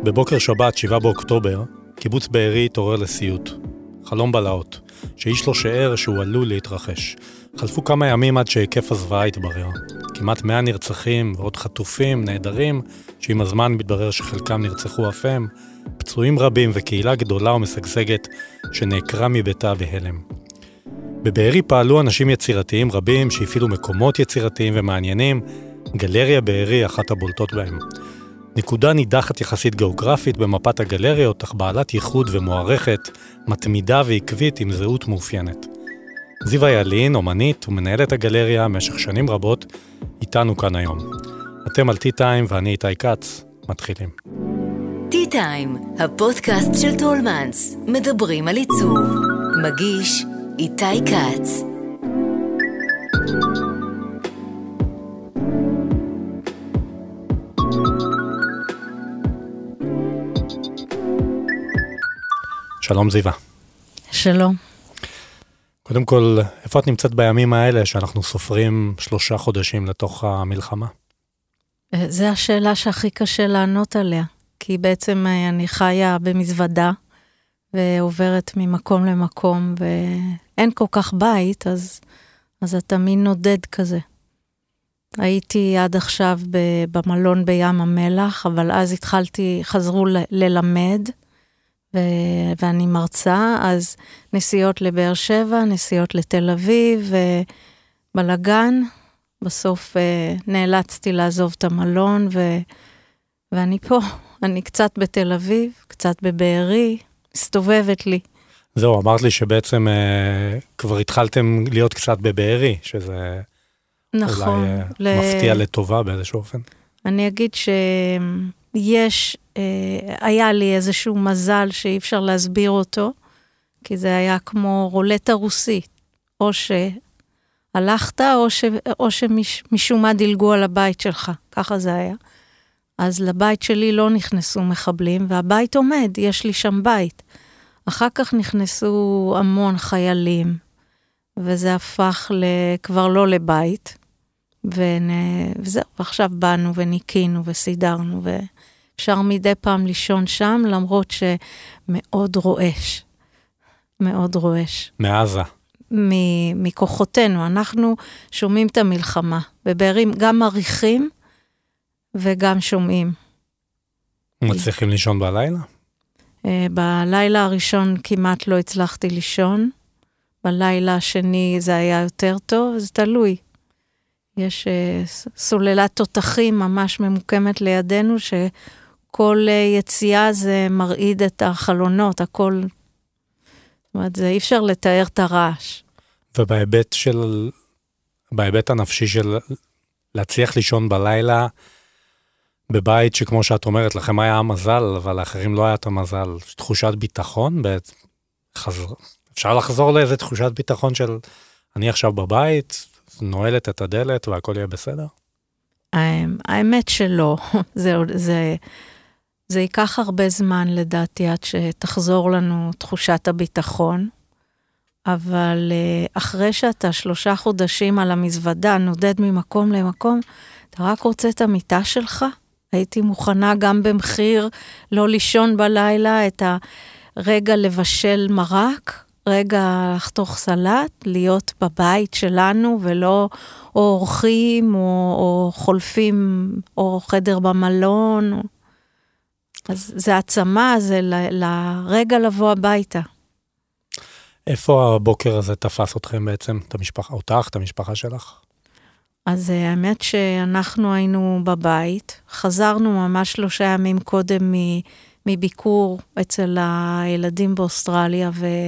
בבוקר שבת, 7 באוקטובר, קיבוץ בארי התעורר לסיוט. חלום בלהות, שאיש לא שער שהוא עלול להתרחש. חלפו כמה ימים עד שהיקף הזוועה התברר. כמעט 100 נרצחים ועוד חטופים, נהדרים, שעם הזמן מתברר שחלקם נרצחו אף הם, פצועים רבים וקהילה גדולה ומשגשגת שנעקרה מביתה בהלם. בבארי פעלו אנשים יצירתיים רבים שהפעילו מקומות יצירתיים ומעניינים, גלריה בארי אחת הבולטות בהם. נקודה נידחת יחסית גיאוגרפית במפת הגלריות, אך בעלת ייחוד ומוערכת, מתמידה ועקבית עם זהות מאופיינת. זיווה ילין, אומנית ומנהלת הגלריה במשך שנים רבות, איתנו כאן היום. אתם על T-Time ואני איתי כץ, מתחילים. T-Time, הפודקאסט של טולמנס, מדברים על עיצוב. מגיש איתי כץ. שלום זיווה. שלום. קודם כל, איפה את נמצאת בימים האלה שאנחנו סופרים 3 חודשים לתוך המלחמה? זו השאלה שהכי קשה לענות עליה, כי בעצם אני חיה במזוודה, ועוברת ממקום למקום, ואין כל כך בית, אז אתה מין נודד כזה. הייתי עד עכשיו במלון בים המלח, אבל אז חזרו ללמד, ואני מרצה, אז נסיעות לבאר שבע, נסיעות לתל אביב, ובלגן, בסוף נאלצתי לעזוב את המלון, ואני פה, אני קצת בתל אביב, קצת בבארי, מסתובבת לי. זהו, אמרת לי שבעצם כבר התחלתם להיות קצת בבארי, שזה נכון, אולי מפתיע לטובה באיזשהו אופן. אני אגיד היה לי איזשהו מזל שאי אפשר להסביר אותו, כי זה היה כמו רולטה רוסית, או שהלכת, או שמשום מה דילגו על הבית שלך, ככה זה היה. אז לבית שלי לא נכנסו מחבלים, והבית עומד, יש לי שם בית. אחר כך נכנסו המון חיילים, וזה הפך כבר לא לבית, וזהו, ועכשיו באנו וניקינו וסידרנו, אפשר מדי פעם לישון שם, למרות שמאוד רועש. מאוד רועש. מעזה. מכוחותינו. אנחנו שומעים את המלחמה. בבארי גם מריחים וגם שומעים. מצליחים לישון בלילה? בלילה הראשון כמעט לא הצלחתי לישון. בלילה השני זה היה יותר טוב, זה תלוי. יש סוללת תותחים ממש ממוקמת לידינו, כל יציאה זה מרעיד את החלונות, הכל, זאת אומרת, זה אי אפשר לתאר את הרעש. בהיבט הנפשי של להצליח לישון בלילה, בבית שכמו שאת אומרת, לכם היה המזל, אבל לאחרים לא היה את המזל, תחושת ביטחון, אפשר לחזור לאיזה תחושת ביטחון של, אני עכשיו בבית, נועלת את הדלת והכל יהיה בסדר? האמת שלא, זה ייקח הרבה זמן לדעתי עד שתחזור לנו תחושת הביטחון, אבל אחרי שאתה 3 חודשים על המזוודה, נודד ממקום למקום, אתה רק רוצה את המיטה שלך, הייתי מוכנה גם במחיר לא לישון בלילה, את הרגע לבשל מרק, רגע לחתוך סלט, להיות בבית שלנו, ולא או אורחים, או חולפים, או חדר במלון. אז זה עצמה, זה לרגע לבוא הביתה. איפה הבוקר הזה תפס אתכם בעצם, את המשפחה, אותך, את המשפחה שלך? אז האמת שאנחנו היינו בבית, חזרנו ממש 3 ימים קודם מביקור אצל הילדים באוסטרליה,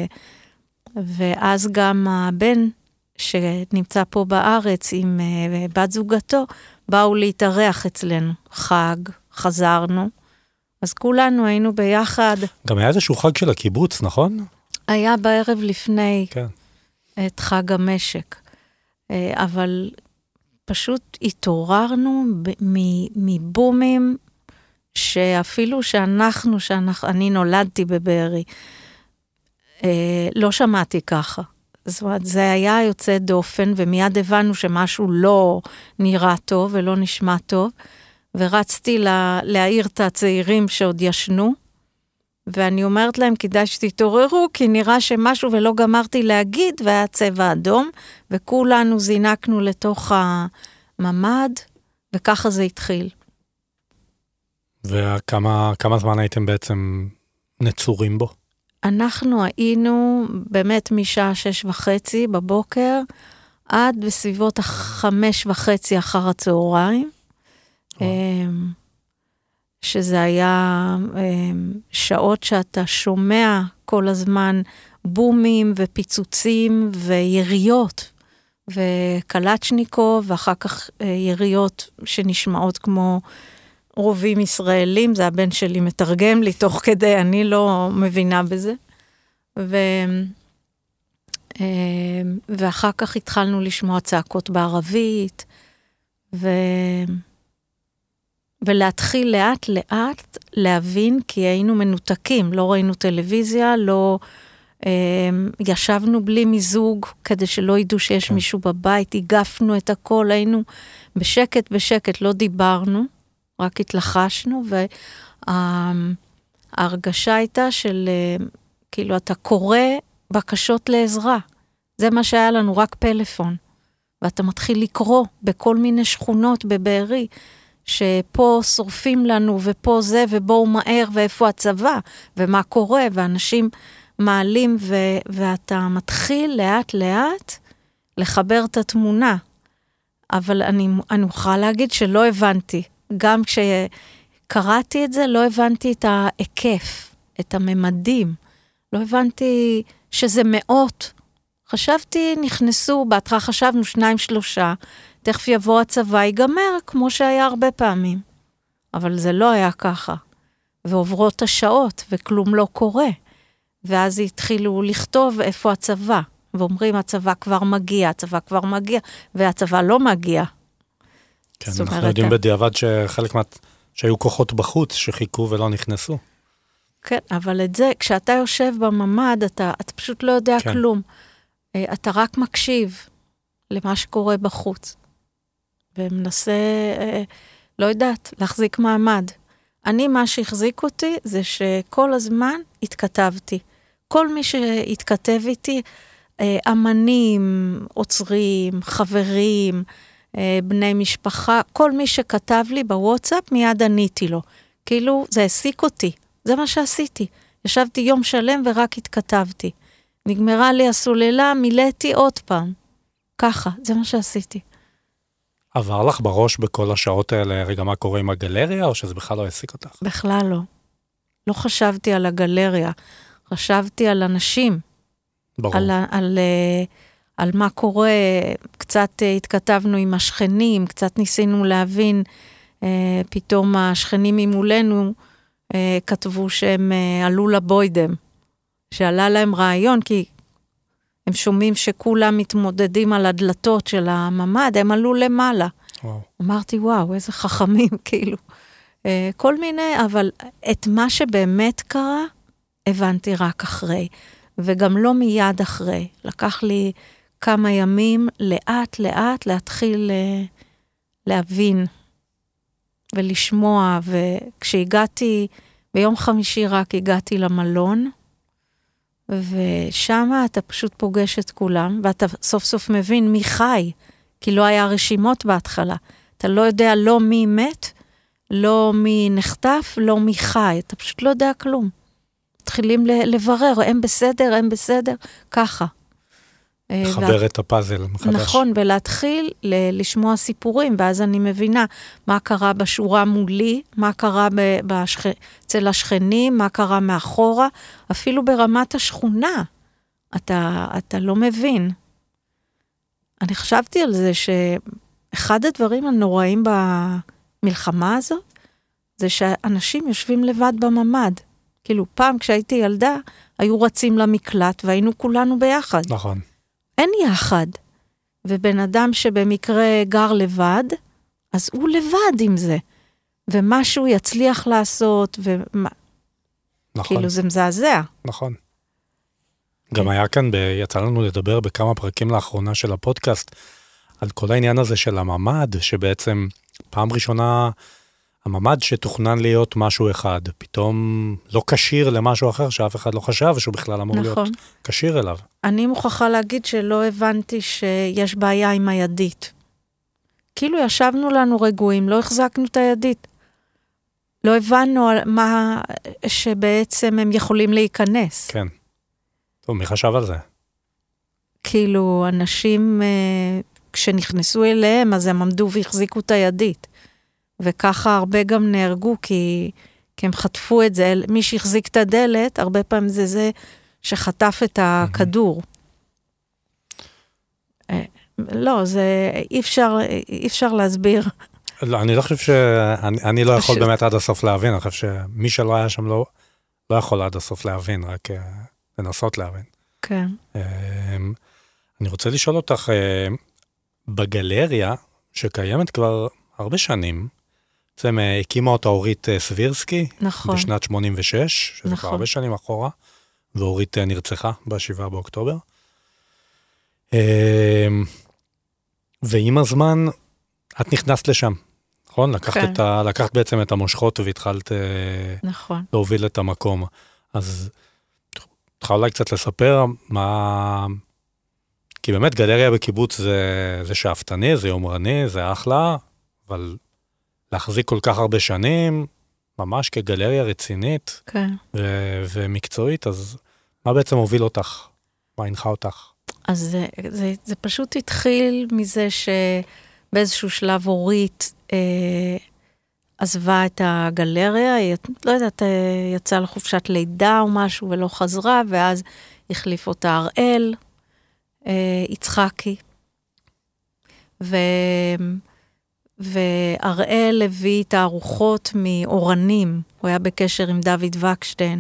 ואז גם הבן שנמצא פה בארץ עם בת זוגתו, באו להתארח אצלנו, חג, חזרנו, אז כולנו היינו ביחד. גם היה איזשהו חג של הקיבוץ, נכון? היה בערב לפני כן. את חג המשק, אבל פשוט התעוררנו מבומים, שאפילו אני נולדתי בבארי, לא שמעתי ככה. זאת אומרת, זה היה יוצא דופן, ומיד הבנו שמשהו לא נראה טוב ולא נשמע טוב, ורצתי להעיר את הצעירים שעוד ישנו, ואני אומרת להם, כדאי שתתעוררו, כי נראה שמשהו ולא גמרתי להגיד, והיה צבע אדום, וכולנו זינקנו לתוך הממד, וככה זה התחיל. וכמה זמן הייתם בעצם נצורים בו? אנחנו היינו באמת משעה 6:30 בבוקר, עד בסביבות 5:30 אחר הצהריים, שזה היה שעות שאתה שומע כל הזמן בומים ופיצוצים ויריות, וקלצ'ניקוב, ואחר כך יריות שנשמעות כמו רובים ישראלים, זה הבן שלי מתרגם לי תוך כדי, אני לא מבינה בזה. ואחר כך התחלנו לשמוע צעקות בערבית, ולהתחיל לאט לאט להבין, כי היינו מנותקים, לא ראינו טלוויזיה, לא ישבנו בלי מיזוג, כדי שלא ידעו שיש מישהו בבית, הגפנו את הכל, היינו בשקט, לא דיברנו, רק התלחשנו, וההרגשה הייתה של, כאילו, אתה קורא בקשות לעזרה. זה מה שהיה לנו, רק פלאפון. ואתה מתחיל לקרוא בכל מיני שכונות בבארי, שפה שורפים לנו, ופה זה, ובואו מהר, ואיפה הצבא, ומה קורה, ואנשים מעלים, ואתה מתחיל לאט לאט לחבר את התמונה. אבל אני אוכל להגיד שלא הבנתי. גם כשקראתי את זה, לא הבנתי את ההיקף, את הממדים. לא הבנתי שזה מאות. חשבתי, נכנסו, בהתחלה חשבנו 2-3, תכף יבוא הצבא, ייגמר, כמו שהיה הרבה פעמים. אבל זה לא היה ככה. ועוברות השעות, וכלום לא קורה. ואז התחילו לכתוב איפה הצבא. ואומרים, הצבא כבר מגיע, והצבא לא מגיע. כן, אנחנו יודעים בדיעבד שחלק שהיו כוחות בחוץ שחיכו ולא נכנסו. כן, אבל את זה, כשאתה יושב בממד, אתה פשוט לא יודע כלום. אתה רק מקשיב למה שקורה בחוץ. ומנסה, לא יודעת, להחזיק מעמד. מה שהחזיק אותי זה שכל הזמן התכתבתי. כל מי שהתכתב איתי, אמנים, עוצרים, חברים, בני משפחה, כל מי שכתב לי בוואטסאפ, מיד עניתי לו. כאילו, זה העסיק אותי. זה מה שעשיתי. ישבתי יום שלם ורק התכתבתי. נגמרה לי הסוללה, מילאתי עוד פעם. ככה, זה מה שעשיתי. עבר לך בראש בכל השעות האלה, רגע מה קורה עם הגלריה, או שזה בכלל לא העסיק אותך? בכלל לא. לא חשבתי על הגלריה. חשבתי על אנשים. ברור. על מה קורה, קצת התכתבנו עם השכנים, קצת ניסינו להבין, פתאום השכנים ממולנו כתבו שהם עלו לבוידם, שעלה להם רעיון, כי הם שומעים שכולם מתמודדים על הדלתות של הממד, הם עלו למעלה. וואו. אמרתי, וואו, איזה חכמים, כאילו. כל מיני, אבל את מה שבאמת קרה, הבנתי רק אחרי, וגם לא מיד אחרי. לקח לי כמה ימים לאט לאט להתחיל להבין ולשמוע, וכשהגעתי, ביום חמישי רק הגעתי למלון, ושם אתה פשוט פוגש את כולם, ואתה סוף סוף מבין מי חי, כי לא היה רשימות בהתחלה. אתה לא יודע לא מי מת, לא מי נחטף, לא מי חי, אתה פשוט לא יודע כלום. מתחילים לברר, הם בסדר, ככה. לחבר את הפאזל מחדש. נכון, ולהתחיל לשמוע סיפורים, ואז אני מבינה מה קרה בשורה מולי, מה קרה אצל השכנים, מה קרה מאחורה, אפילו ברמת השכונה. אתה לא מבין. אני חשבתי על זה שאחד הדברים הנוראים במלחמה הזאת, זה שאנשים יושבים לבד בממד. כאילו, פעם כשהייתי ילדה, היו רצים למקלט, והיינו כולנו ביחד. נכון. אין יחד. ובן אדם שבמקרה גר לבד, אז הוא לבד עם זה. ומשהו יצליח לעשות, נכון. כאילו זה מזעזע. נכון. גם היה כאן, יצא לנו לדבר בכמה פרקים לאחרונה של הפודקאסט, על כל העניין הזה של הממד, שבעצם פעם ראשונה הממד שתוכנן להיות משהו אחד, פתאום לא קשיר למשהו אחר שאף אחד לא חשב, ושהוא בכלל אמור להיות קשיר אליו. אני מוכרחה להגיד שלא הבנתי שיש בעיה עם הידית. כאילו ישבנו לנו רגועים, לא החזקנו את הידית. לא הבנו על מה שבעצם הם יכולים להיכנס. כן. טוב, מי חשב על זה? כאילו, אנשים, כשנכנסו אליהם, אז הם עמדו והחזיקו את הידית. וככה הרבה גם נהרגו, כי הם חטפו את זה. מי שהחזיק את הדלת, הרבה פעמים זה שחטף את הכדור. לא, זה אי אפשר להסביר. לא, אני לא חושב שאני לא יכול באמת עד הסוף להבין, אני חושב שמי שלא היה שם לא יכול עד הסוף להבין, רק לנסות להבין. כן. אני רוצה לשאול אותך, בגלריה, שקיימת כבר הרבה שנים, בעצם הקימה אותה אורית סבירסקי, נכון. בשנת 86, שזה נכון. כבר הרבה שנים אחורה, ואורית נרצחה ב7 באוקטובר. ועם הזמן, את נכנסת לשם, נכון? לקחת בעצם את המושכות והתחלת נכון. להוביל את המקום. אז תוכל אולי קצת לספר מה... כי באמת גלריה בקיבוץ זה שאפתני, זה יומרני, זה אחלה, אבל להחזיק כל כך הרבה שנים, ממש כגלריה רצינית כן. ומקצועית, אז מה בעצם הוביל אותך? מה הנחה אותך? אז זה פשוט התחיל מזה שבאיזשהו שלב אורית עזבה את הגלריה, היא, לא יודעת, יצאה לחופשת לידה או משהו ולא חזרה, ואז החליף אותה הראל, יצחקי. והראל הביא את הארוחות מאורנים, הוא היה בקשר עם דוד וקשטיין,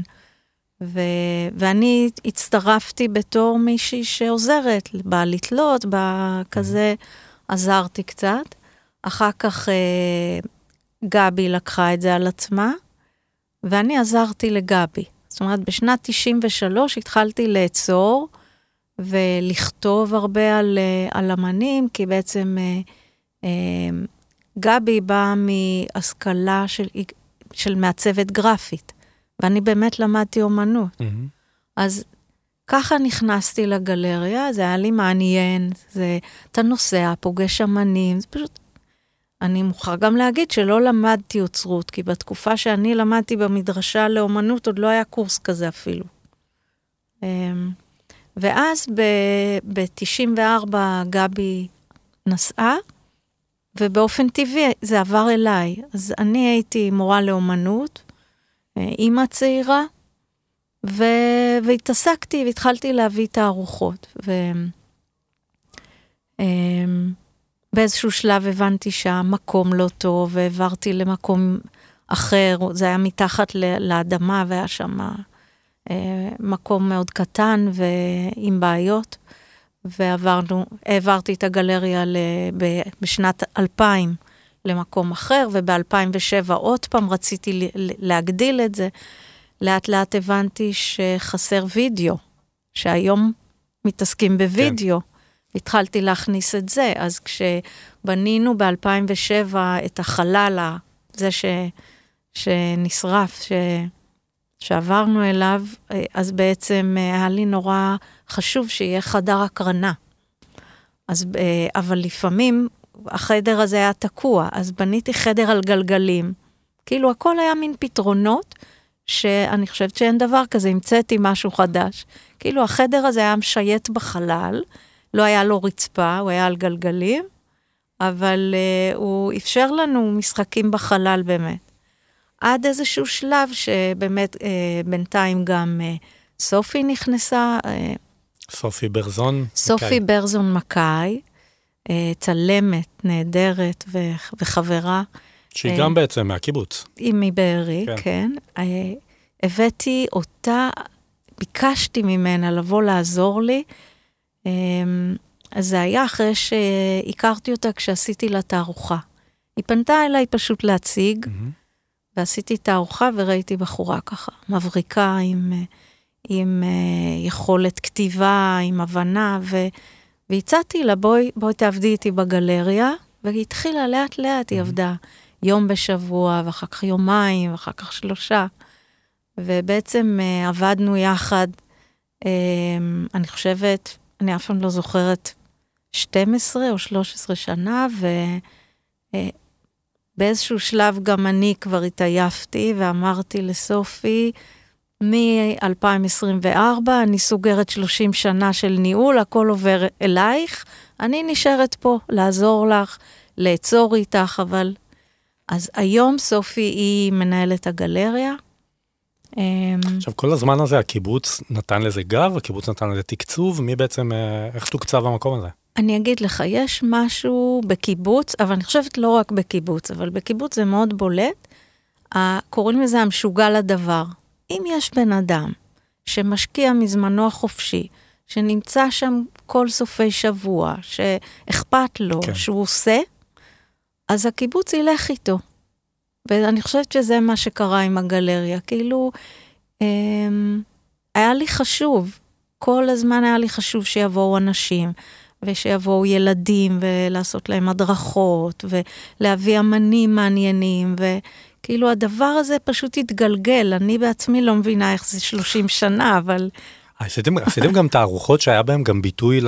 ואני הצטרפתי בתור מישהי שעוזרת, באה לתלות, כזה עזרתי קצת. אחר כך גבי לקחה את זה על עצמה, ואני עזרתי לגבי. זאת אומרת, בשנת 93 התחלתי לעצור, ולכתוב הרבה על אמנים, כי בעצם גבי באה מהשכלה של מעצבת גרפית, ואני באמת למדתי אומנות. אז ככה נכנסתי לגלריה, זה היה לי מעניין, אתה נוסע, פוגש אמנים, זה פשוט... אני מוכרחה גם להגיד שלא למדתי אוצרות, כי בתקופה שאני למדתי במדרשה לאומנות, עוד לא היה קורס כזה אפילו. ואז ב-94 גבי נסעה, ובאופן טבעי זה עבר אליי. אז אני הייתי מורה לאומנות, אימא צעירה, והתעסקתי והתחלתי להביא את הארוחות. באיזשהו שלב הבנתי שהמקום לא טוב, ועברתי למקום אחר, זה היה מתחת לאדמה, והיה שם מקום מאוד קטן ועם בעיות, והעברתי את הגלריה בשנת 2000 למקום אחר, וב-2007 עוד פעם רציתי להגדיל את זה, לאט לאט הבנתי שחסר וידאו, שהיום מתעסקים בוידאו, כן. התחלתי להכניס את זה, אז כשבנינו ב-2007 את החלל, זה שנשרף, שעברנו אליו, אז בעצם היה לי נורא חשוב שיהיה חדר הקרנה. אז, אבל לפעמים החדר הזה היה תקוע, אז בניתי חדר על גלגלים. כאילו הכל היה מין פתרונות, שאני חושבת שאין דבר כזה, המצאתי משהו חדש. כאילו החדר הזה היה משייט בחלל, לא היה לו רצפה, הוא היה על גלגלים, אבל הוא אפשר לנו משחקים בחלל באמת. עד איזשהו שלב שבאמת בינתיים גם סופי נכנסה. סופי ברזון. סופי ברזון מקאי, צלמת, נהדרת וחברה. שהיא גם בעצם מהקיבוץ. היא מבארי, כן. הבאתי אותה, ביקשתי ממנה לבוא לעזור לי, אז זה היה אחרי שהכרתי אותה כשעשיתי לה תערוכה. היא פנתה אליי פשוט להציג, ועשיתי תערוכה וראיתי בחורה ככה, מבריקה עם יכולת כתיבה, עם הבנה, והצעתי לה, בואי תעבדי איתי בגלריה, והיא התחילה לאט לאט, היא עבדה יום בשבוע, ואחר כך יומיים, ואחר כך 3. ובעצם עבדנו יחד, אני חושבת, אני אף פעם לא זוכרת, 12 או 13 שנה, ובאיזשהו שלב גם אני כבר התעייפתי, ואמרתי לסופי, מ-2024 אני סוגרת 30 שנה של ניהול, הכל עובר אלייך, אני נשארת פה לעזור לך, לעצור איתך, אבל... אז היום סופי היא מנהלת הגלריה. עכשיו, כל הזמן הזה, הקיבוץ נתן לזה גב, הקיבוץ נתן לזה תקצוב, מי בעצם, איך תוקצב המקום הזה? אני אגיד לך, יש משהו בקיבוץ, אבל אני חושבת לא רק בקיבוץ, אבל בקיבוץ זה מאוד בולט, קוראים לזה המשוגע לדבר. אם יש בן אדם שמשקיע מזמנו החופשי, שנמצא שם כל סופי שבוע, שאכפת לו, כן. שהוא עושה, אז הקיבוץ ילך איתו. ואני חושבת שזה מה שקרה עם הגלריה. כאילו, היה לי חשוב, כל הזמן היה לי חשוב שיבואו אנשים, ושיבואו ילדים, ולעשות להם הדרכות, ולהביא אמנים מעניינים, וכאילו הדבר הזה פשוט התגלגל. אני בעצמי לא מבינה איך זה 30 שנה, אבל... עשיתם גם תערוכות שהיה בהם גם ביטוי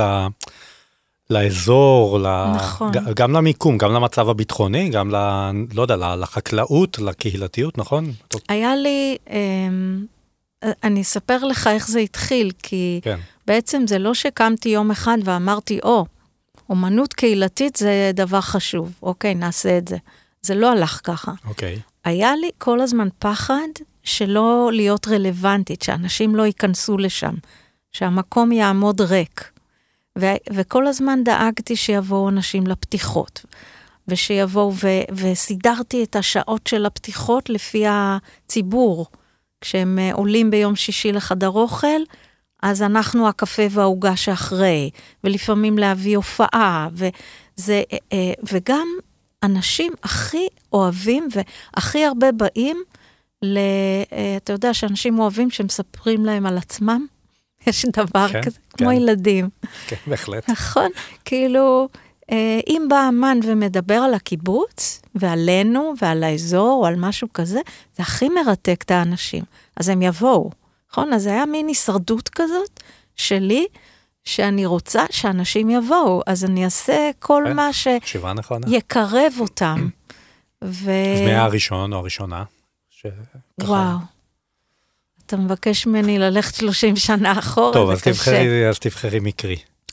לאזור, נכון. גם למיקום, גם למצב הביטחוני, גם לא יודע, לחקלאות, לקהילתיות, נכון? היה לי, אני אספר לך איך זה התחיל, כי כן. בעצם זה לא שקמתי יום אחד ואמרתי, אומנות קהילתית זה דבר חשוב, אוקיי, נעשה את זה. זה לא הלך ככה. אוקיי. היה לי כל הזמן פחד שלא להיות רלוונטית, שאנשים לא ייכנסו לשם, שהמקום יעמוד ריק. וכל הזמן דאגתי שיבואו אנשים לפתיחות, ושיבואו, וסידרתי את השעות של הפתיחות לפי הציבור. כשהם עולים ביום שישי לחדר אוכל, אז אנחנו הקפה והעוגה שאחרי, ולפעמים להביא הופעה, וגם אנשים הכי אוהבים, והכי הרבה באים, אתה יודע שאנשים אוהבים שמספרים להם על עצמם, יש דבר כן, כזה, כן. כמו ילדים. כן, בהחלט. נכון, כאילו, אם בא אמן ומדבר על הקיבוץ, ועלינו, ועל האזור, או על משהו כזה, זה הכי מרתק את האנשים. אז הם יבואו, נכון? אז זה היה מין הישרדות כזאת שלי, שאני רוצה שאנשים יבואו, אז אני אעשה כל מה שיקרב אותם. אז מי הראשון או הראשונה? וואו. אתה מבקש ממני ללכת 30 שנה אחורה, טוב, אז תבחרי מקרי.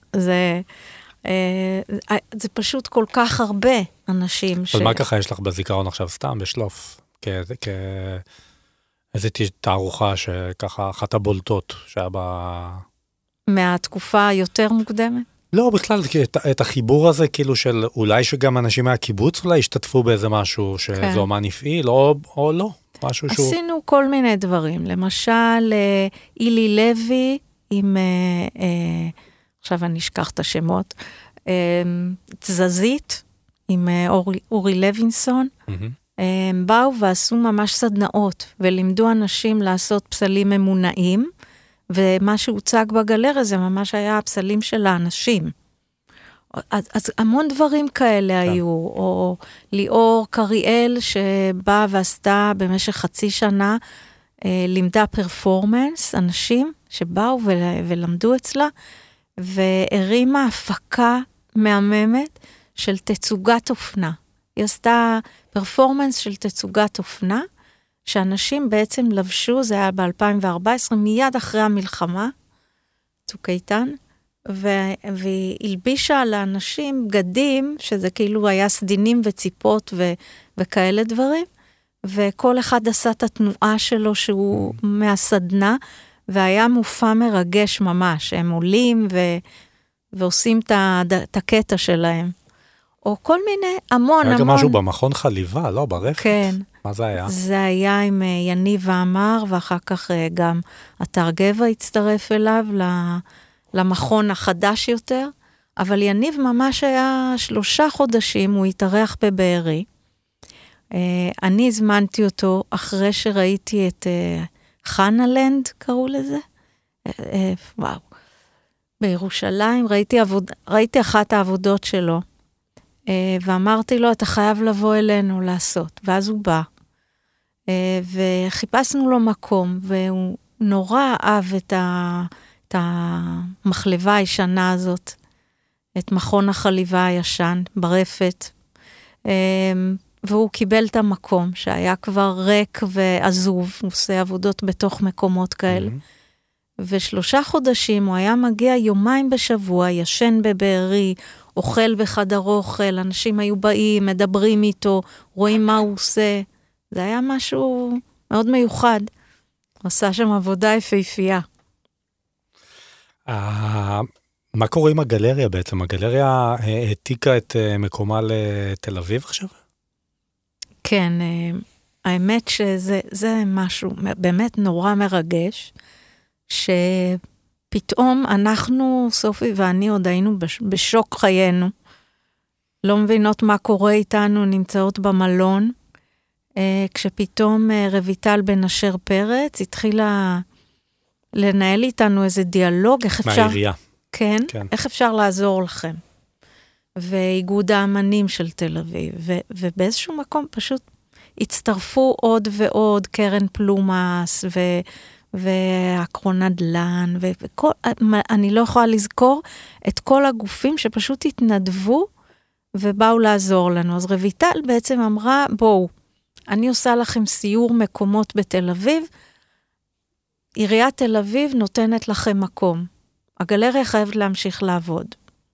זה פשוט כל כך הרבה אנשים. אבל מה ככה יש לך בזיכרון עכשיו סתם, בשלוף? איזה תערוכה שככה אחת הבולטות שהיה מהתקופה היותר מוקדמת? לא, בכלל, את החיבור הזה כאילו של אולי שגם אנשים מהקיבוץ אולי השתתפו באיזה משהו שזה אומן הפעיל, או לא. עשינו כל מיני דברים, למשל אילי לוי עם, עכשיו אני אשכח את השמות, תזזית עם אורי לוינסון, הם באו ועשו ממש סדנאות, ולימדו אנשים לעשות פסלים ממונעים, ומה שהוצג בגלריה זה ממש היה הפסלים של האנשים. אז המון דברים כאלה היו, או ליאור קריאל שבאה ועשתה במשך חצי שנה, לימדה פרפורמנס, אנשים שבאו ולמדו אצלה, והרימה הפקה מהממת של תצוגת אופנה. היא עשתה פרפורמנס של תצוגת אופנה, שאנשים בעצם לבשו, זה היה ב-2014, מיד אחרי המלחמה, צוק איתן, והיא הלבישה על האנשים בגדים, שזה כאילו היה סדינים וציפות וכאלה דברים, וכל אחד עשה את התנועה שלו שהוא מהסדנה, והיה מופע מרגש ממש, הם עולים ועושים את הקטע שלהם. או כל מיני, המון. היה גם משהו במכון חליבה, לא? ברפת? כן. מה זה היה? זה היה עם יניב ואמר, ואחר כך גם אתר גבע הצטרף אליו למכון החדש יותר, אבל יניב ממש היה 3 חודשים, הוא התארח בבארי. אני הזמנתי אותו אחרי שראיתי את חנלנד, קראו לזה. וואו. בירושלים ראיתי אחת העבודות שלו. ואמרתי לו, אתה חייב לבוא אלינו לעשות. ואז הוא בא, וחיפשנו לו מקום, והוא נורא אהב את המחלבה הישנה הזאת, את מכון החליבה הישן, ברפת, והוא קיבל את המקום, שהיה כבר ריק ועזוב, הוא עושה עבודות בתוך מקומות כאלה. ו3 חודשים הוא היה מגיע יומיים בשבוע, ישן בבארי, אוכל בחדר אוכל, אנשים היו באים, מדברים איתו, רואים מה הוא עושה. זה היה משהו מאוד מיוחד. הוא עשה שם עבודה יפהפייה. מה קורה עם הגלריה בעצם? הגלריה העתיקה את מקומה לתל אביב עכשיו? כן, האמת שזה משהו באמת נורא מרגש, שפתאום אנחנו, סופי ואני עוד היינו בשוק חיינו, לא מבינות מה קורה איתנו, נמצאות במלון, כשפתאום רויטל בן אשר פרץ התחילה לנהל איתנו איזה דיאלוג, איך אפשר... מהעירייה. כן, איך אפשר לעזור לכם. ואיגוד האמנים של תל אביב, ובאיזשהו מקום פשוט הצטרפו עוד ועוד, קרן פלומס, והקרון נדל"ן, אני לא יכולה לזכור את כל הגופים שפשוט התנדבו, ובאו לעזור לנו. אז רויטל בעצם אמרה, בואו, אני עושה לכם סיור מקומות בתל אביב, עיריית תל אביב נותנת לכם מקום. הגלריה חייבת להמשיך לעבוד.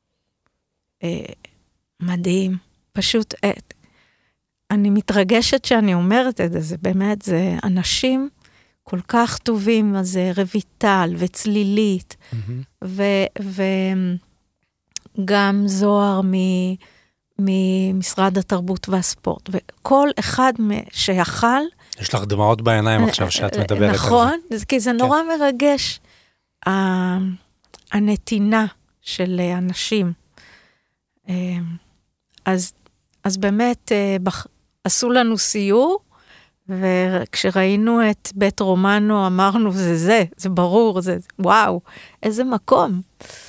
מדהים. פשוט, אני מתרגשת שאני אומרת את זה, באמת, זה אנשים כל כך טובים, אז זה רויטל וצלילית, וגם זוהר ממשרד התרבות והספורט, וכל אחד שיכל, יש לך דמעות בעיניים עכשיו שאת מדברת על זה. נכון, כי זה נורא מרגש, הנתינה של אנשים. אז באמת עשו לנו סיור, וכשראינו את בית רומנו אמרנו, זה ברור, זה וואו, איזה מקום,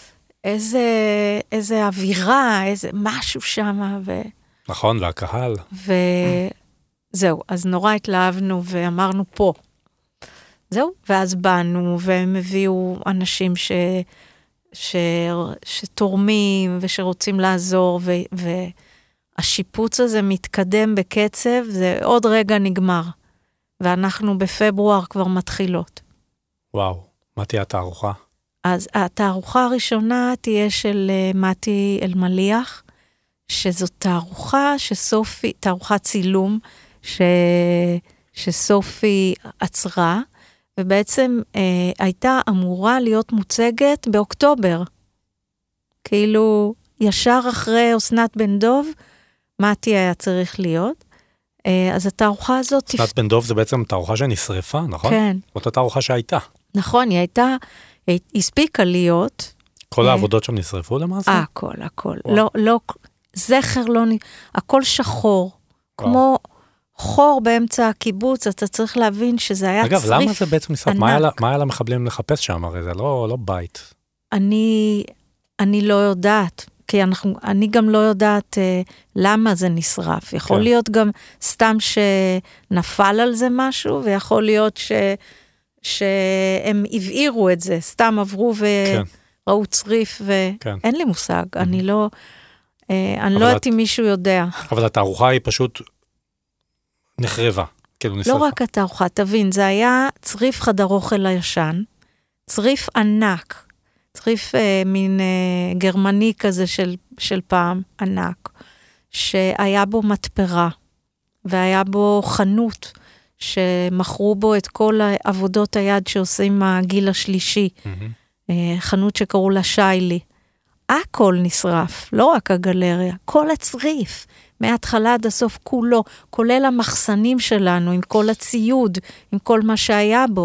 איזה אווירה, איזה משהו שם. נכון, והקהל. וזהו, אז נורא התלהבנו ואמרנו פה. זהו, ואז באנו והם הביאו אנשים שתורמים ושרוצים לעזור, והשיפוץ הזה מתקדם בקצב, זה עוד רגע נגמר. ואנחנו בפברואר כבר מתחילות. וואו, מה תהיה התערוכה? אז התערוכה הראשונה תהיה של מתי אלמליח, שזו תערוכה תערוכת צילום, שסופי עצרה, ובעצם הייתה אמורה להיות מוצגת באוקטובר. כאילו, ישר אחרי אסנת בן דוב, מתי היה צריך להיות. אז התערוכה הזאת... אסנת בן דוב זה בעצם תערוכה שנשרפה, נכון? כן. אותה תערוכה שהייתה. נכון, היא הספיקה להיות. כל העבודות שם נשרפו למעשה? הכל. לא, זכר לא... הכל שחור. כמו... חור באמצע הקיבוץ, אתה צריך להבין שזה היה צריף ענק. אגב, למה זה בעצם נשרף? מה היה למחבלים לחפש שם? הרי זה לא בית. אני לא יודעת, כי אני גם לא יודעת למה זה נשרף. יכול להיות גם סתם שנפל על זה משהו, ויכול להיות שהם הבעירו את זה, סתם עברו וראו צריף, ואין לי מושג. אני לא יודעת אם מישהו יודע. אבל התערוכה היא פשוט... נחרבה, כאילו נשרפה. לא רק התערוכה, תבין, זה היה צריף חדר אוכל הישן, צריף ענק, צריף מין גרמני כזה של פעם, ענק, שהיה בו מטפרה, והיה בו חנות, שמכרו בו את כל עבודות היד שעושים מהגיל השלישי, חנות שקראו לה שיילי. הכל נשרף, לא רק הגלריה, כל הצריף, מההתחלה עד הסוף כולו, כולל המחסנים שלנו, עם כל הציוד, עם כל מה שהיה בו.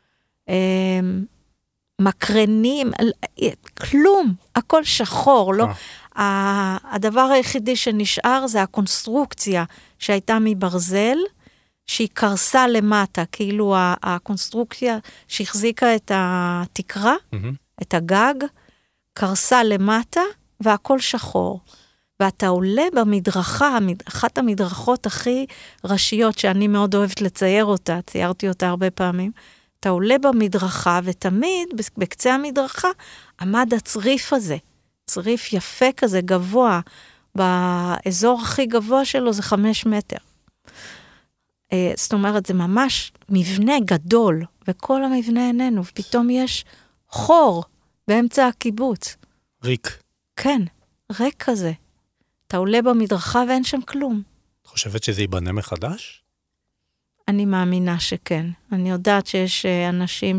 מקרנים, כלום, הכל שחור, לא? הדבר היחידי שנשאר זה הקונסטרוקציה שהייתה מברזל, שהיא קרסה למטה, כאילו הקונסטרוקציה שהחזיקה את התקרה, את הגג, קרסה למטה, והכל שחור. ואתה עולה במדרכה, אחת המדרכות הכי ראשיות, שאני מאוד אוהבת לצייר אותה, ציירתי אותה הרבה פעמים, אתה עולה במדרכה, ותמיד בקצה המדרכה עמד הצריף הזה, צריף יפה כזה, גבוה, באזור הכי גבוה שלו זה 5 מטר. זאת אומרת, זה ממש מבנה גדול, וכל המבנה איננו, ופתאום יש חור באמצע הקיבוץ. ריק. כן, ריק כזה. אתה עולה במדרכה ואין שם כלום. את חושבת שזה ייבנה מחדש? אני מאמינה שכן. אני יודעת שיש אנשים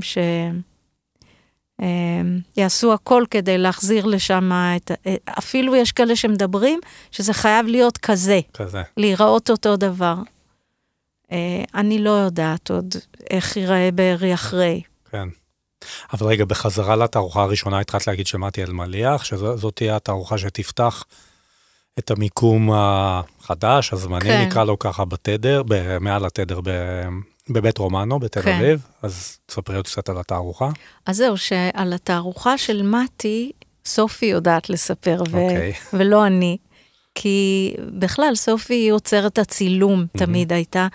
יעשו הכל כדי להחזיר לשם, אפילו יש כאלה שמדברים שזה חייב להיות כזה. כזה. להיראות אותו דבר. אני לא יודעת עוד איך ייראה בארי אחרי. כן. אבל רגע, בחזרה לתערוכה הראשונה, התחלת להגיד שמעתי אלמליח, שזאת תהיה התערוכה שתפתח את המיקום החדש, הזמני, כן. נקרא לו ככה בתדר, מעל התדר בבית רומנו, בתל כן. אביב, אז תספרי עוד קצת על התערוכה. אז זהו, שעל התערוכה של מתי, סופי יודעת לספר, ולא אני, כי בכלל סופי היא עוצרת הצילום, תמיד הייתה,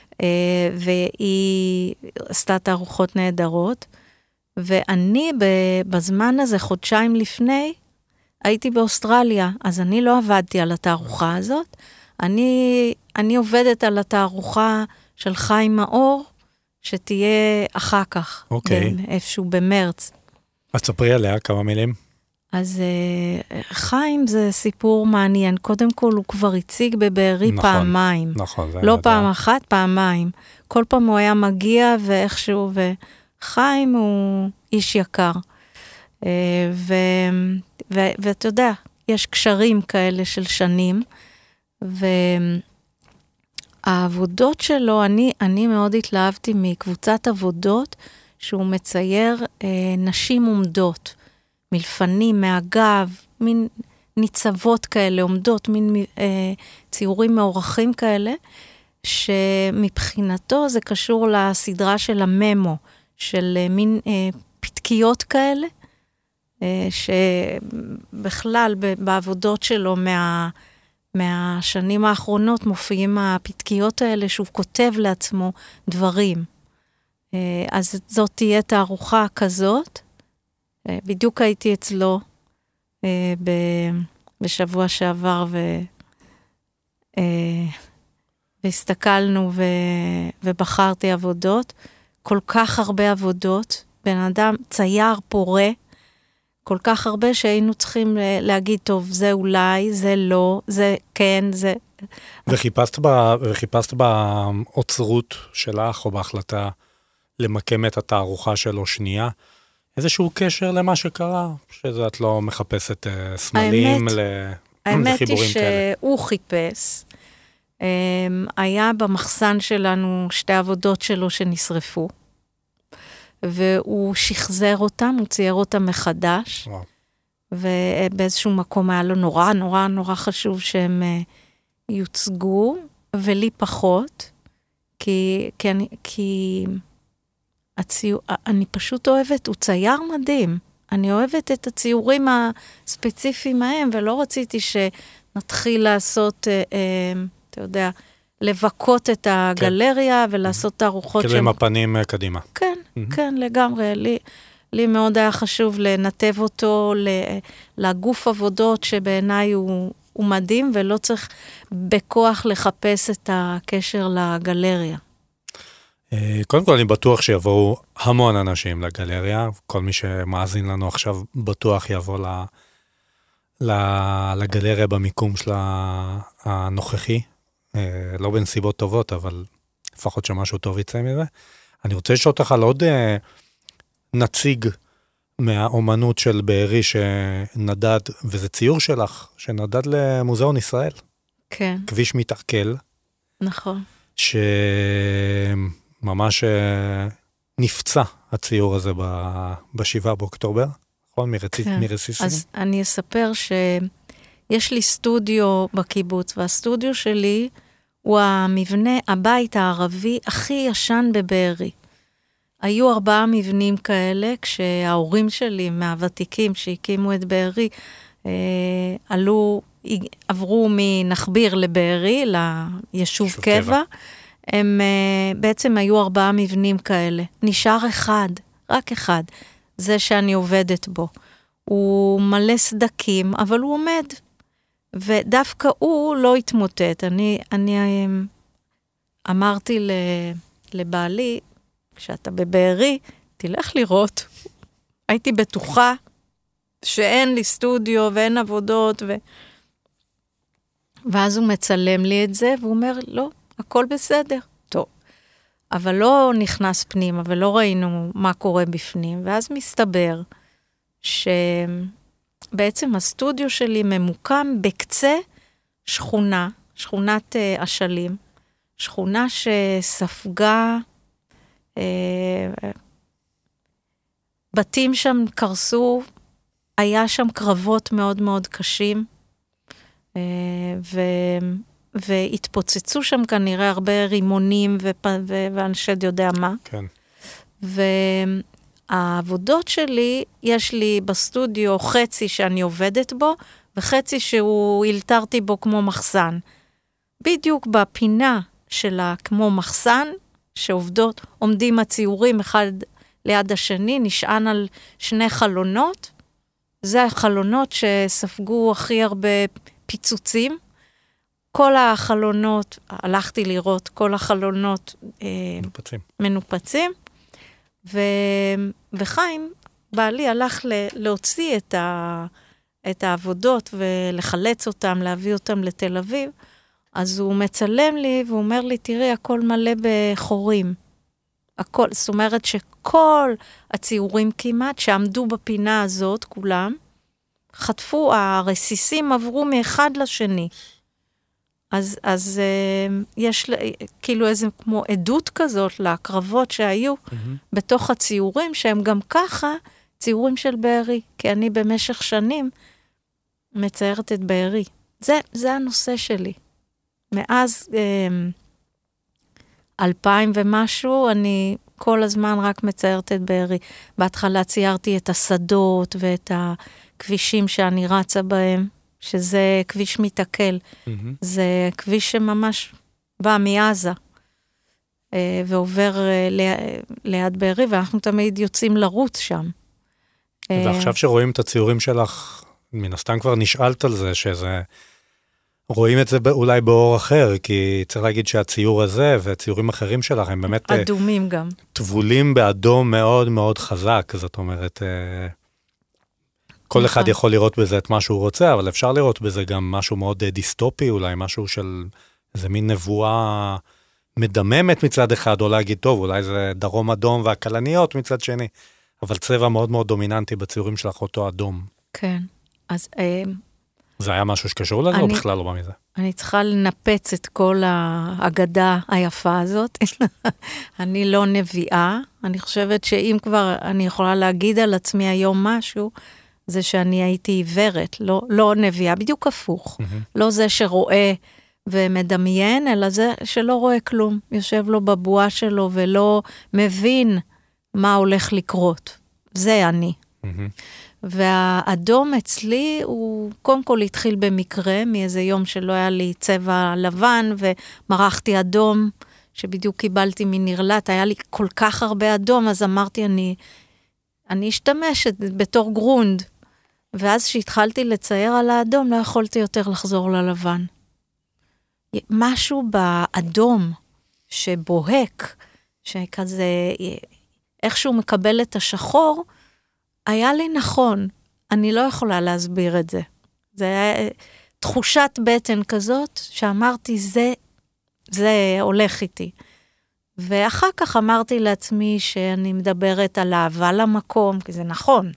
והיא עשתה תערוכות נהדרות, ואני בזמן הזה, חודשיים לפני, הייתי באוסטרליה, אז אני לא עבדתי על התערוכה הזאת, אני עובדת על התערוכה של חיים מאור, שתהיה אחר כך, איפשהו במרץ. אז תספרי עליה כמה מילים. אז חיים זה סיפור מעניין, קודם כל הוא כבר הציג בבארי פעמיים. נכון, זה לא פעם אחת, פעמיים. כל פעם הוא היה מגיע ואיכשהו, וחיים הוא איש יקר. ואתה יודע, יש קשרים כאלה של שנים, והעבודות שלו, אני מאוד התלהבתי מקבוצת עבודות, שהוא מצייר נשים עומדות, מלפנים, מהגב, מין ניצבות כאלה, עומדות, מין ציורים מעורכים כאלה, שמבחינתו זה קשור לסדרה של הממו, של מין פתקיות כאלה, שבכלל בעבודות שלו מהשנים האחרונות מופיעים הפתקיות האלה שהוא כותב לעצמו דברים. אז זאת תהיה תערוכה כזאת. בדיוק הייתי אצלו בשבוע שעבר והסתכלנו ובחרתי עבודות. כל כך הרבה עבודות. בן אדם צייר פורה. כל כך הרבה שהיינו צריכים להגיד, טוב, זה אולי, זה לא, זה כן, זה... וחיפשת באוצרות שלך, או בהחלטה למקם את התערוכה שלו שנייה, איזשהו קשר למה שקרה, שאת לא מחפשת סמלים האמת היא שהוא חיפש, היה במחסן שלנו 2 עבודות שלו שנשרפו, והוא שחזר אותם, הוא צייר אותם מחדש, ובאיזשהו מקום היה לו נורא נורא נורא חשוב שהם יוצגו, ולי פחות, כי אני פשוט אוהבת, הוא צייר מדהים, אני אוהבת את הציורים הספציפיים מהם, ולא רציתי שנתחיל לעשות, אתה יודע, לבקות את הגלריה, ולעשות תערוכות כאילו עם הפנים קדימה. כן, כן, לגמרי. לי מאוד היה חשוב לנתב אותו לגוף עבודות שבעיניי הוא מדהים, ולא צריך בכוח לחפש את הקשר לגלריה. קודם כל אני בטוח שיבואו המון אנשים לגלריה, כל מי שמאזין לנו עכשיו בטוח יבוא לגלריה במיקום של הנוכחי, לא בנסיבות טובות, אבל לפחות שמשהו טוב יצא מזה. אני רוצה לשאול אותך על עוד נציג מהאומנות של בארי שנדד, וזה ציור שלך, שנדד למוזיאון ישראל. כן. כביש מתעכל. נכון. שממש נפצע הציור הזה ב7 באוקטובר, נכון? מרסיסים. אז אני אספר שיש לי סטודיו בקיבוץ, והסטודיו שלי הוא המבנה, הבית הערבי הכי ישן בבארי. היו 4 מבנים כאלה, כשההורים שלי מהוותיקים שהקימו את בארי, עלו עברו מנחביר לבארי, ליישוב קבע, הם בעצם היו 4 מבנים כאלה. נשאר אחד, רק אחד, זה שאני עובדת בו. הוא מלא סדקים, אבל הוא עומד. ודווקא הוא לא התמוטט. אני אמרתי לבעלי, כשאתה בבארי, תלך לראות. הייתי בטוחה שאין לי סטודיו ואין עבודות. ואז הוא מצלם לי את זה, והוא אומר, לא, הכל בסדר. טוב. אבל לא נכנס פנימה, ולא ראינו מה קורה בפנים. ואז מסתבר שבעצם הסטודיו שלי ממוקם בקצה שכונה, שכונת אשלים, שכונה שספגה, בתים שם קרסו, היה שם קרבות מאוד מאוד קשים, והתפוצצו שם כנראה הרבה רימונים ואנשי יודע מה. כן. והעבודות שלי, יש לי בסטודיו חצי שאני עובדת בו, וחצי שהוא הלתרתי בו כמו מחסן. בדיוק בפינה שלה כמו מחסן, עומדים הציורים אחד ליד השני, נשען על 2 חלונות, זה החלונות שספגו הכי הרבה פיצוצים, כל החלונות, הלכתי לראות, כל החלונות מנופצים, וחיים, בעלי הלך להוציא את העבודות ולחלץ אותם, להביא אותם לתל אביב, אז הוא מצלם לי והוא אומר לי, תראי, הכל מלא בחורים. הכל, זאת אומרת שכל הציורים כמעט שעמדו בפינה הזאת, כולם, חטפו, הרסיסים עברו מאחד לשני. אז יש כאילו איזה כמו עדות כזאת לקרבות שהיו בתוך הציורים, שהם גם ככה ציורים של בארי, כי אני במשך שנים מציירת את בארי. זה הנושא שלי. מאז 2000 ומשהו, אני כל הזמן רק מציירת את בארי. בהתחלה ציירתי את השדות ואת הכבישים שאני רצה בהם, שזה כביש מתעכל. זה כביש שממש בא מעזה, ועובר ליד בארי, ואנחנו תמיד יוצאים לרוץ שם. ועכשיו שרואים את הציורים שלך, מן הסתם כבר נשאלת על זה, שזה... רואים את זה אולי באור אחר, כי צריך להגיד שהציור הזה וציורים אחרים שלך הם באמת... אדומים גם. טבולים באדום מאוד מאוד חזק, זאת אומרת, כל אחד יכול לראות בזה את מה שהוא רוצה, אבל אפשר לראות בזה גם משהו מאוד דיסטופי, אולי משהו של איזה מין נבואה מדממת מצד אחד, או להגיד, טוב, אולי זה דרום אדום והקלניות מצד שני, אבל צבע מאוד מאוד דומיננטי בציורים שלך, אותו אדום. כן, אז... זה היה משהו שקשור לזה, או בכלל לא בא מזה? אני צריכה לנפץ את כל האגדה היפה הזאת. אני לא נביאה. אני חושבת שאם כבר אני יכולה להגיד על עצמי היום משהו, זה שאני הייתי עיוורת, לא נביאה, בדיוק הפוך. לא זה שרואה ומדמיין, אלא זה שלא רואה כלום. יושב לו בבועה שלו ולא מבין מה הולך לקרות. זה אני. והאדום אצלי הוא קודם כל התחיל במקרה, מאיזה יום שלא היה לי צבע לבן, ומרחתי אדום, שבדיוק קיבלתי מנרלט, היה לי כל כך הרבה אדום, אז אמרתי, אני אשתמש בתור גרונד. ואז שהתחלתי לצייר על האדום, לא יכולתי יותר לחזור ללבן. משהו באדום שבוהק, שכזה, איכשהו מקבל את השחור, היה לי נכון, אני לא יכולה להסביר את זה. זה היה תחושת בטן כזאת, שאמרתי, זה הולך איתי. ואחר כך אמרתי לעצמי שאני מדברת על אהבה למקום, כי זה נכון.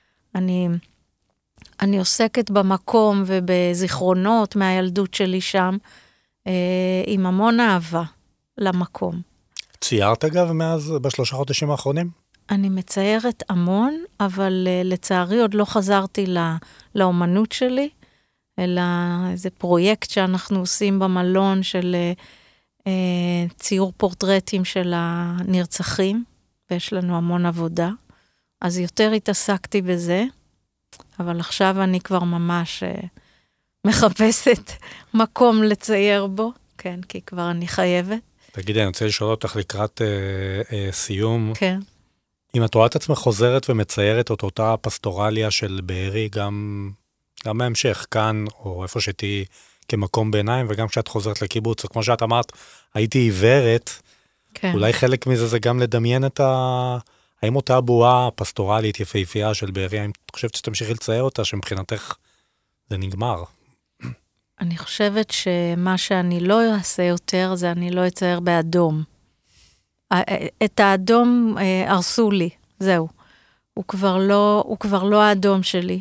אני עוסקת במקום ובזיכרונות מהילדות שלי שם, עם המון אהבה למקום. ציירת אגב מאז, בשלושה חודשים האחרונים? אני מציירת המון, אבל לצערי עוד לא חזרתי לאומנות שלי, אלא איזה פרויקט שאנחנו עושים במלון של ציור פורטרטים של הנרצחים, ויש לנו המון עבודה. אז יותר התעסקתי בזה, אבל עכשיו אני כבר ממש מחפשת מקום לצייר בו, כן, כי כבר אני חייבת. תגידי, אני רוצה לשאול אותך לקראת סיום. כן. אם את רואה את עצמך חוזרת ומציירת את אותה פסטורליה של בארי, גם בהמשך, כאן, או איפה שתהי כמקום ביניים, וגם כשאת חוזרת לקיבוץ, כמו שאת אמרת, הייתי עיוורת, כן. אולי חלק מזה זה גם לדמיין האם אותה בועה פסטורלית יפהפייה של בארי, האם את חושבת שתמשיכי לצייר אותה, שמבחינתך זה נגמר? אני חושבת שמה שאני לא אעשה יותר, זה אני לא אצייר באדום. את האדום הרסו לי, זהו. הוא כבר לא האדום שלי,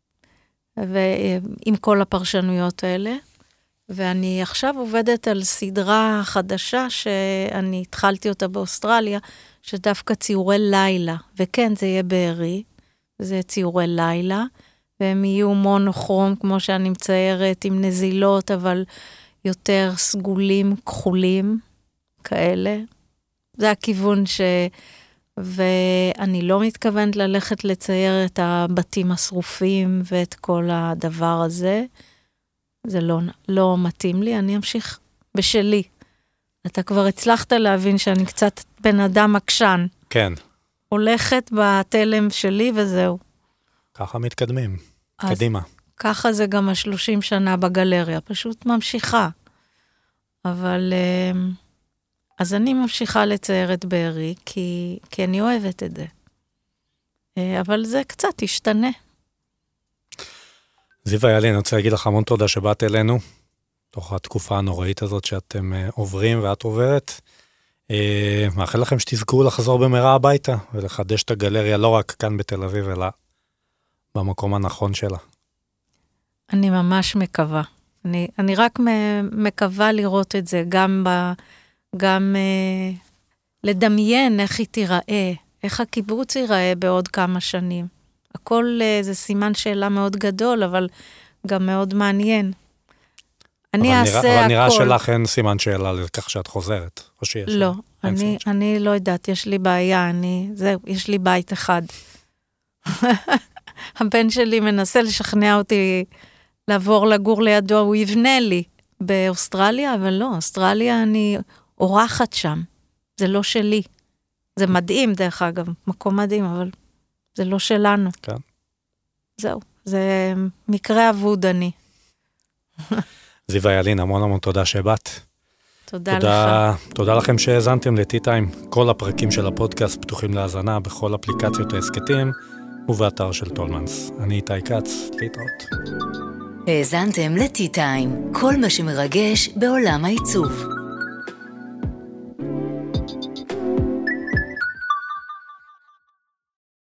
ועם כל הפרשנויות האלה. ואני עכשיו עובדת על סדרה חדשה, שאני התחלתי אותה באוסטרליה, שדווקא ציורי לילה, וכן, זה יהיה בארי, זה ציורי לילה, והם יהיו מונוכרום, כמו שאני מציירת, עם נזילות, אבל יותר סגולים, כחולים, כאלה. זה הכיוון ואני לא מתכוונת ללכת לצייר את הבתים השרופים, ואת כל הדבר הזה. זה לא מתאים לי, אני אמשיך בשלי. אתה כבר הצלחת להבין שאני קצת בן אדם עקשן. כן. הולכת בתלם שלי וזהו. ככה מתקדמים. קדימה. ככה זה גם 30 שנה בגלריה, פשוט ממשיכה. אבל, אז אני ממשיכה לצייר את בארי, כי אני אוהבת את זה. אבל זה קצת השתנה. זיווה יאלי, אני רוצה להגיד לך המון תודה שבאת אלינו, תוך התקופה הנוראית הזאת שאתם עוברים ואת עוברת. מאחל לכם שתזכו לחזור במהרה הביתה, ולחדש את הגלריה לא רק כאן בתל אביב, אלא במקום הנכון שלה. אני ממש מקווה. אני רק מקווה לראות את זה, גם לדמיין איך היא תיראה, איך הקיבוץ ייראה בעוד כמה שנים. הכל זה סימן שאלה מאוד גדול, אבל גם מאוד מעניין. אני אעשה הכל. אבל נראה שלך אין סימן שאלה לכך שאת חוזרת, או שיש? לא, אני לא יודעת, יש לי בעיה, יש לי בית אחד. הבן שלי מנסה לשכנע אותי לעבור לגור לידו, הוא יבנה לי באוסטרליה, אבל לא, אוסטרליה אני אורחת שם, זה לא שלי. זה מדהים דרך אגב, מקום מדהים, אבל זה לא שלנו. כן. זהו, זה מקרה אבוד אני. זיווה יאלין, המון תודה שבאת. תודה לך. תודה לכם שהאזנתם לטי טיים. כל הפרקים של הפודקאסט פתוחים להאזנה בכל אפליקציות העסקתים ובאתר של טולמנס. אני איתי כץ, להתראות. האזנתם לטי טיים, כל מה שמרגש בעולם העיצוב.